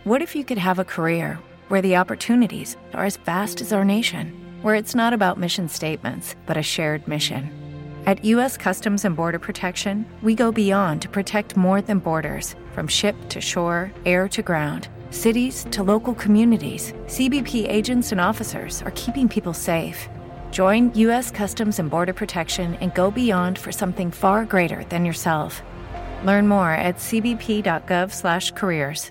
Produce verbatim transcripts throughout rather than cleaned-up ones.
What if you could have a career where the opportunities are as vast as our nation, where it's not about mission statements, but a shared mission? At U S Customs and Border Protection, we go beyond to protect more than borders. From ship to shore, air to ground, cities to local communities, C B P agents and officers are keeping people safe. Join U S Customs and Border Protection and go beyond for something far greater than yourself. Learn more at c b p dot gov slash careers.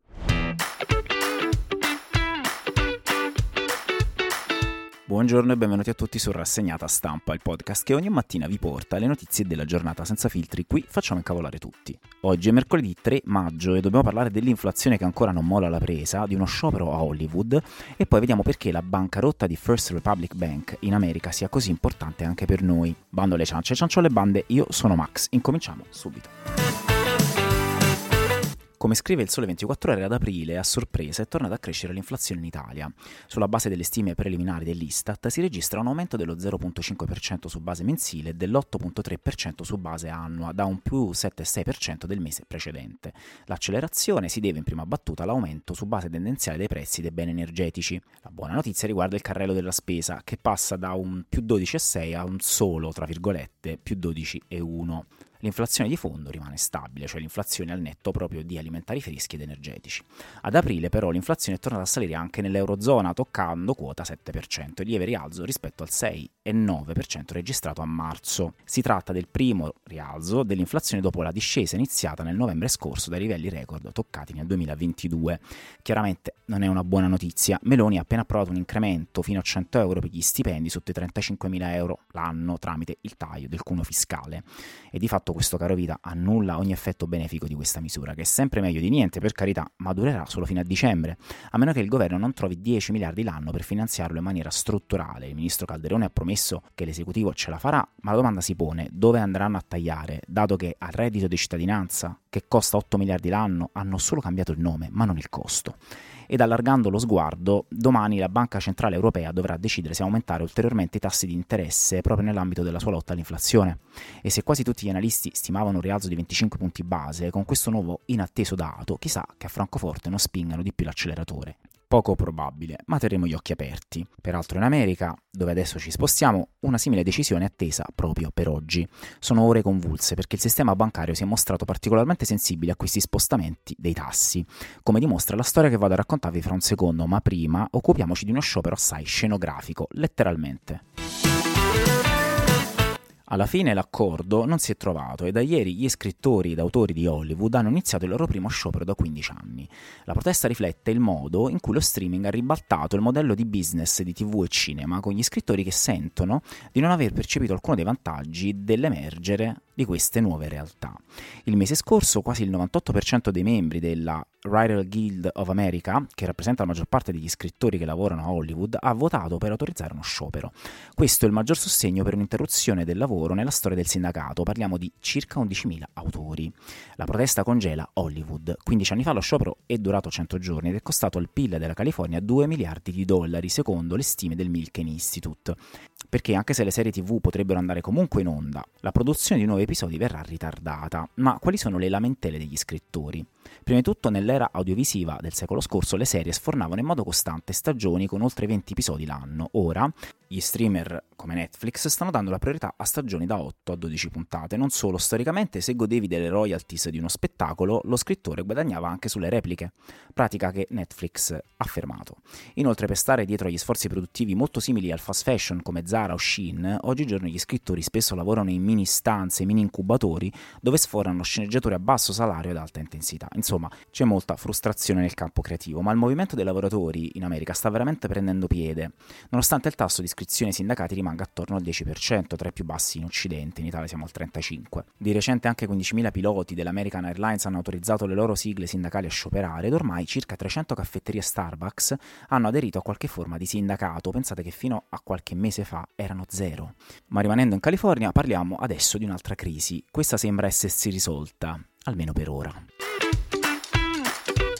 Buongiorno e benvenuti a tutti su Rassegnata Stampa, il podcast che ogni mattina vi porta le notizie della giornata senza filtri. Qui facciamo incavolare tutti. Oggi è mercoledì tre maggio e dobbiamo parlare dell'inflazione che ancora non molla la presa, di uno sciopero a Hollywood e poi vediamo perché la bancarotta di First Republic Bank in America sia così importante anche per noi. Bando alle ciance, ciancio alle bande, io sono Max. Incominciamo subito. Come scrive il Sole ventiquattro Ore, ad aprile, a sorpresa, è tornata a crescere l'inflazione in Italia. Sulla base delle stime preliminari dell'Istat si registra un aumento dello zero virgola cinque per cento su base mensile e dell'otto virgola tre per cento su base annua, da un più sette virgola sei per cento del mese precedente. L'accelerazione si deve in prima battuta all'aumento su base tendenziale dei prezzi dei beni energetici. La buona notizia riguarda il carrello della spesa, che passa da un più dodici virgola sei a un solo, tra virgolette, più dodici virgola uno. L'inflazione di fondo rimane stabile, cioè l'inflazione al netto proprio di alimentari freschi ed energetici. Ad aprile però l'inflazione è tornata a salire anche nell'Eurozona, toccando quota sette per cento, lieve rialzo rispetto al sei virgola nove per cento registrato a marzo. Si tratta del primo rialzo dell'inflazione dopo la discesa iniziata nel novembre scorso dai livelli record toccati nel duemilaventidue. Chiaramente non è una buona notizia. Meloni ha appena approvato un incremento fino a cento euro per gli stipendi sotto i trentacinquemila euro l'anno tramite il taglio del cuneo fiscale. E di fatto questo caro vita annulla ogni effetto benefico di questa misura, che è sempre meglio di niente, per carità, ma durerà solo fino a dicembre, a meno che il governo non trovi dieci miliardi l'anno per finanziarlo in maniera strutturale. Il ministro Calderone ha promesso che l'esecutivo ce la farà, ma la domanda si pone: dove andranno a tagliare, dato che al reddito di cittadinanza, che costa otto miliardi l'anno, hanno solo cambiato il nome, ma non il costo. Ed allargando lo sguardo, domani la Banca Centrale Europea dovrà decidere se aumentare ulteriormente i tassi di interesse proprio nell'ambito della sua lotta all'inflazione. E se quasi tutti gli analisti stimavano un rialzo di venticinque punti base, con questo nuovo inatteso dato, chissà che a Francoforte non spingano di più l'acceleratore. Poco probabile, ma terremo gli occhi aperti. Peraltro in America, dove adesso ci spostiamo, una simile decisione è attesa proprio per oggi. Sono ore convulse perché il sistema bancario si è mostrato particolarmente sensibile a questi spostamenti dei tassi, come dimostra la storia che vado a raccontarvi fra un secondo, ma prima occupiamoci di uno sciopero assai scenografico, letteralmente. Alla fine l'accordo non si è trovato e da ieri gli scrittori ed autori di Hollywood hanno iniziato il loro primo sciopero da quindici anni. La protesta riflette il modo in cui lo streaming ha ribaltato il modello di business di tivù e cinema, con gli scrittori che sentono di non aver percepito alcuno dei vantaggi dell'emergere di queste nuove realtà. Il mese scorso quasi il novantotto per cento dei membri della Writers Guild of America, che rappresenta la maggior parte degli scrittori che lavorano a Hollywood, ha votato per autorizzare uno sciopero. Questo è il maggior sostegno per un'interruzione del lavoro nella storia del sindacato, parliamo di circa undicimila autori. La protesta congela Hollywood. quindici anni fa lo sciopero è durato cento giorni ed è costato al P I L della California due miliardi di dollari, secondo le stime del Milken Institute. Perché anche se le serie tivù potrebbero andare comunque in onda, la produzione di nuovi episodi verrà ritardata. Ma quali sono le lamentele degli scrittori? Prima di tutto, nell'era audiovisiva del secolo scorso le serie sfornavano in modo costante stagioni con oltre venti episodi l'anno. Ora gli streamer come Netflix stanno dando la priorità a stagioni da otto a dodici puntate. Non solo, storicamente se godevi delle royalties di uno spettacolo, lo scrittore guadagnava anche sulle repliche, pratica che Netflix ha fermato. Inoltre, per stare dietro agli sforzi produttivi molto simili al fast fashion come Zara o Shein, oggigiorno gli scrittori spesso lavorano in mini stanze, mini incubatori, dove sforano sceneggiatori a basso salario ed alta intensità. Insomma, c'è molta frustrazione nel campo creativo, ma il movimento dei lavoratori in America sta veramente prendendo piede, nonostante il tasso di iscrizioni ai sindacati rimanga attorno al dieci per cento, tra i più bassi in Occidente. In Italia siamo al trentacinque per cento. Di recente anche quindicimila piloti dell'American Airlines hanno autorizzato le loro sigle sindacali a scioperare ed ormai circa trecento caffetterie Starbucks hanno aderito a qualche forma di sindacato. Pensate che fino a qualche mese fa erano zero. Ma rimanendo in California, parliamo adesso di un'altra crisi. Questa sembra essersi risolta, almeno per ora.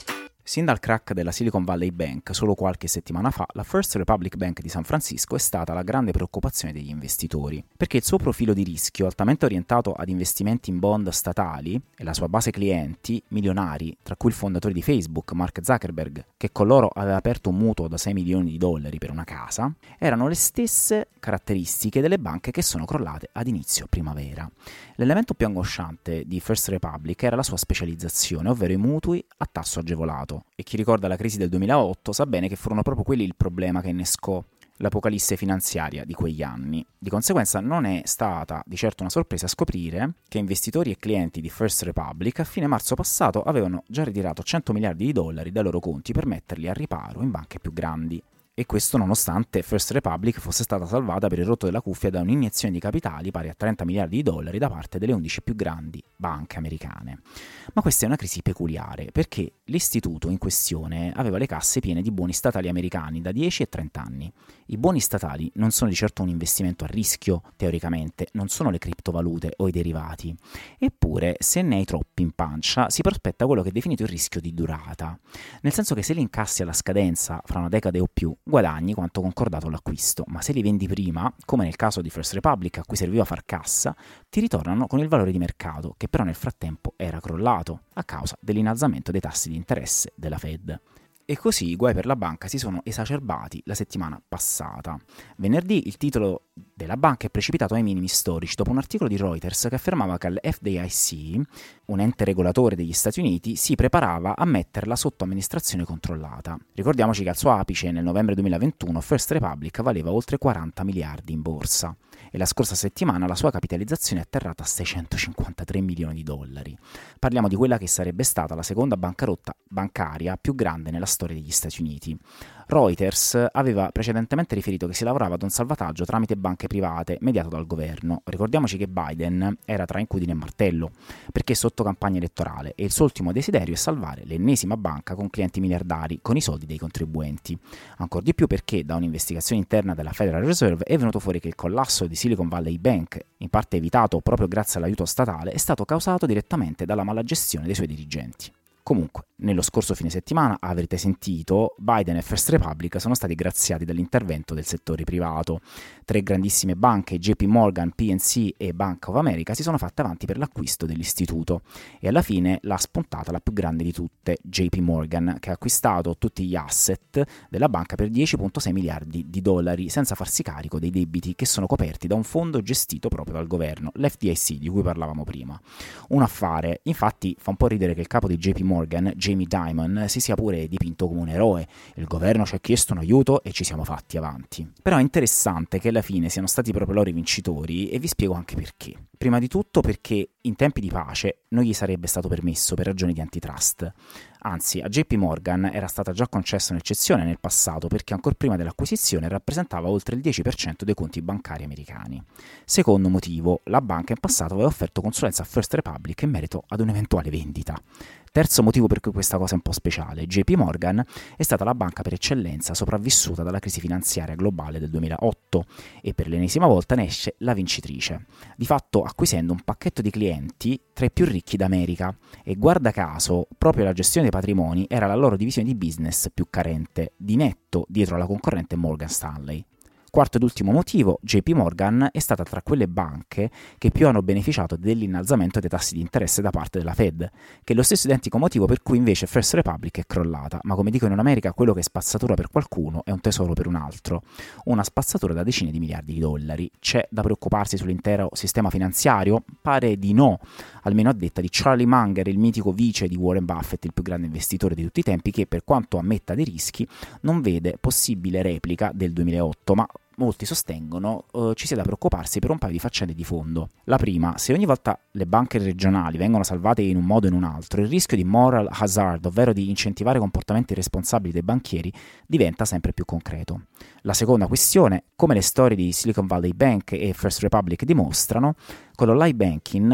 Sin dal crack della Silicon Valley Bank solo qualche settimana fa, la First Republic Bank di San Francisco è stata la grande preoccupazione degli investitori, perché il suo profilo di rischio, altamente orientato ad investimenti in bond statali, e la sua base clienti, milionari, tra cui il fondatore di Facebook, Mark Zuckerberg, che con loro aveva aperto un mutuo da sei milioni di dollari per una casa, erano le stesse caratteristiche delle banche che sono crollate ad inizio primavera. L'elemento più angosciante di First Republic era la sua specializzazione, ovvero i mutui a tasso agevolato. E chi ricorda la crisi del duemilaotto sa bene che furono proprio quelli il problema che innescò l'apocalisse finanziaria di quegli anni. Di conseguenza non è stata di certo una sorpresa scoprire che investitori e clienti di First Republic a fine marzo passato avevano già ritirato cento miliardi di dollari dai loro conti per metterli a riparo in banche più grandi. E questo nonostante First Republic fosse stata salvata per il rotto della cuffia da un'iniezione di capitali pari a trenta miliardi di dollari da parte delle undici più grandi banche americane. Ma questa è una crisi peculiare, perché l'istituto in questione aveva le casse piene di buoni statali americani da dieci e trenta anni. I buoni statali non sono di certo un investimento a rischio, teoricamente, non sono le criptovalute o i derivati. Eppure, se ne hai troppi in pancia, si prospetta quello che è definito il rischio di durata. Nel senso che se li incassi alla scadenza, fra una decade o più, guadagni quanto concordato l'acquisto, ma se li vendi prima, come nel caso di First Republic a cui serviva far cassa, ti ritornano con il valore di mercato, che però nel frattempo era crollato a causa dell'innalzamento dei tassi di interesse della Fed. E così i guai per la banca si sono esacerbati la settimana passata. Venerdì il titolo della banca è precipitato ai minimi storici dopo un articolo di Reuters che affermava che l'F D I C, un ente regolatore degli Stati Uniti, si preparava a metterla sotto amministrazione controllata. Ricordiamoci che al suo apice nel novembre duemilaventuno First Republic valeva oltre quaranta miliardi in borsa e la scorsa settimana la sua capitalizzazione è atterrata a seicentocinquantatré milioni di dollari. Parliamo di quella che sarebbe stata la seconda bancarotta bancaria più grande nella storia degli Stati Uniti. Reuters aveva precedentemente riferito che si lavorava ad un salvataggio tramite banche private mediato dal governo. Ricordiamoci che Biden era tra incudine e martello, perché è sotto campagna elettorale e il suo ultimo desiderio è salvare l'ennesima banca con clienti miliardari con i soldi dei contribuenti. Ancor di più perché da un'investigazione interna della Federal Reserve è venuto fuori che il collasso di Silicon Valley Bank, in parte evitato proprio grazie all'aiuto statale, è stato causato direttamente dalla malagestione dei suoi dirigenti. Comunque, nello scorso fine settimana, avrete sentito, Biden e First Republic sono stati graziati dall'intervento del settore privato. Tre grandissime banche, J P Morgan, P N C e Bank of America, si sono fatte avanti per l'acquisto dell'istituto e alla fine l'ha spuntata la più grande di tutte, J P Morgan, che ha acquistato tutti gli asset della banca per dieci virgola sei miliardi di dollari senza farsi carico dei debiti che sono coperti da un fondo gestito proprio dal governo, l'F D I C di cui parlavamo prima. Un affare, infatti fa un po' ridere che il capo di J P Morgan, Jamie Dimon, si sia pure dipinto come un eroe. Il governo ci ha chiesto un aiuto e ci siamo fatti avanti. Però è interessante che alla fine siano stati proprio loro i vincitori e vi spiego anche perché. Prima di tutto perché in tempi di pace non gli sarebbe stato permesso per ragioni di antitrust. Anzi, a J P Morgan era stata già concessa un'eccezione nel passato perché ancor prima dell'acquisizione rappresentava oltre il dieci per cento dei conti bancari americani. Secondo motivo, la banca in passato aveva offerto consulenza a First Republic in merito ad un'eventuale vendita. Terzo motivo per cui questa cosa è un po' speciale, J P Morgan è stata la banca per eccellenza sopravvissuta dalla crisi finanziaria globale del duemilaotto e per l'ennesima volta ne esce la vincitrice, di fatto acquisendo un pacchetto di clienti tra i più ricchi d'America e guarda caso proprio la gestione dei patrimoni era la loro divisione di business più carente, di netto dietro alla concorrente Morgan Stanley. Quarto ed ultimo motivo, J P Morgan è stata tra quelle banche che più hanno beneficiato dell'innalzamento dei tassi di interesse da parte della Fed, che è lo stesso identico motivo per cui invece First Republic è crollata, ma come dicono in America, quello che è spazzatura per qualcuno è un tesoro per un altro, una spazzatura da decine di miliardi di dollari. C'è da preoccuparsi sull'intero sistema finanziario? Pare di no, almeno a detta di Charlie Munger, il mitico vice di Warren Buffett, il più grande investitore di tutti i tempi, che per quanto ammetta dei rischi non vede possibile replica del duemilaotto, ma molti sostengono eh, ci sia da preoccuparsi per un paio di faccende di fondo. La prima, se ogni volta le banche regionali vengono salvate in un modo o in un altro, il rischio di moral hazard, ovvero di incentivare comportamenti irresponsabili dei banchieri, diventa sempre più concreto. La seconda questione, come le storie di Silicon Valley Bank e First Republic dimostrano, con l'online banking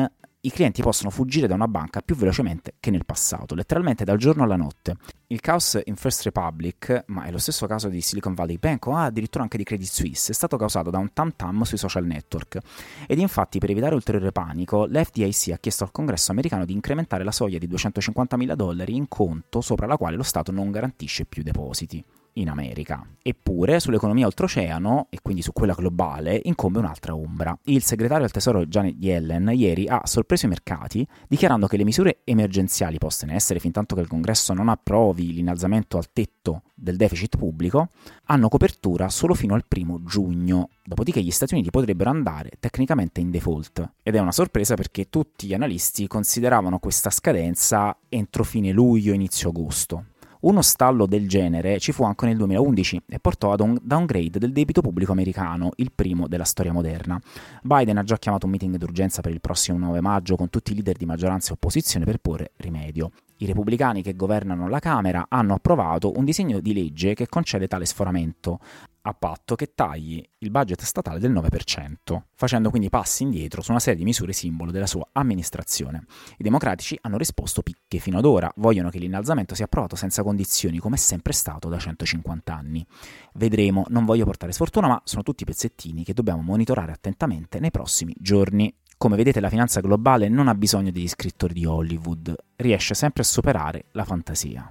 i clienti possono fuggire da una banca più velocemente che nel passato, letteralmente dal giorno alla notte. Il caos in First Republic, ma è lo stesso caso di Silicon Valley Bank o addirittura anche di Credit Suisse, è stato causato da un tam-tam sui social network. Ed infatti, per evitare ulteriore panico, l'F D I C ha chiesto al Congresso americano di incrementare la soglia di duecentocinquantamila dollari in conto sopra la quale lo Stato non garantisce più depositi in America. Eppure sull'economia oltreoceano, e quindi su quella globale, incombe un'altra ombra. Il segretario al tesoro Janet Yellen ieri ha sorpreso i mercati dichiarando che le misure emergenziali poste in essere fin tanto che il Congresso non approvi l'innalzamento al tetto del deficit pubblico hanno copertura solo fino al primo giugno, dopodiché gli Stati Uniti potrebbero andare tecnicamente in default. Ed è una sorpresa perché tutti gli analisti consideravano questa scadenza entro fine luglio, inizio agosto. Uno stallo del genere ci fu anche nel duemilaundici e portò ad un downgrade del debito pubblico americano, il primo della storia moderna. Biden ha già chiamato un meeting d'urgenza per il prossimo nove maggio con tutti i leader di maggioranza e opposizione per porre rimedio. I repubblicani che governano la Camera hanno approvato un disegno di legge che concede tale sforamento, a patto che tagli il budget statale del nove per cento, facendo quindi passi indietro su una serie di misure simbolo della sua amministrazione. I democratici hanno risposto picche fino ad ora, vogliono che l'innalzamento sia approvato senza condizioni, come è sempre stato da centocinquanta anni. Vedremo, non voglio portare sfortuna, ma sono tutti pezzettini che dobbiamo monitorare attentamente nei prossimi giorni. Come vedete, la finanza globale non ha bisogno degli scrittori di Hollywood, riesce sempre a superare la fantasia.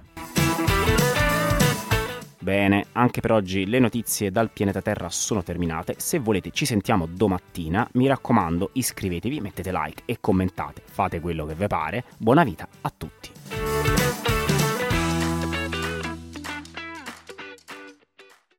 Bene, anche per oggi le notizie dal pianeta Terra sono terminate. Se volete ci sentiamo domattina, mi raccomando iscrivetevi, mettete like e commentate, fate quello che vi pare. Buona vita a tutti!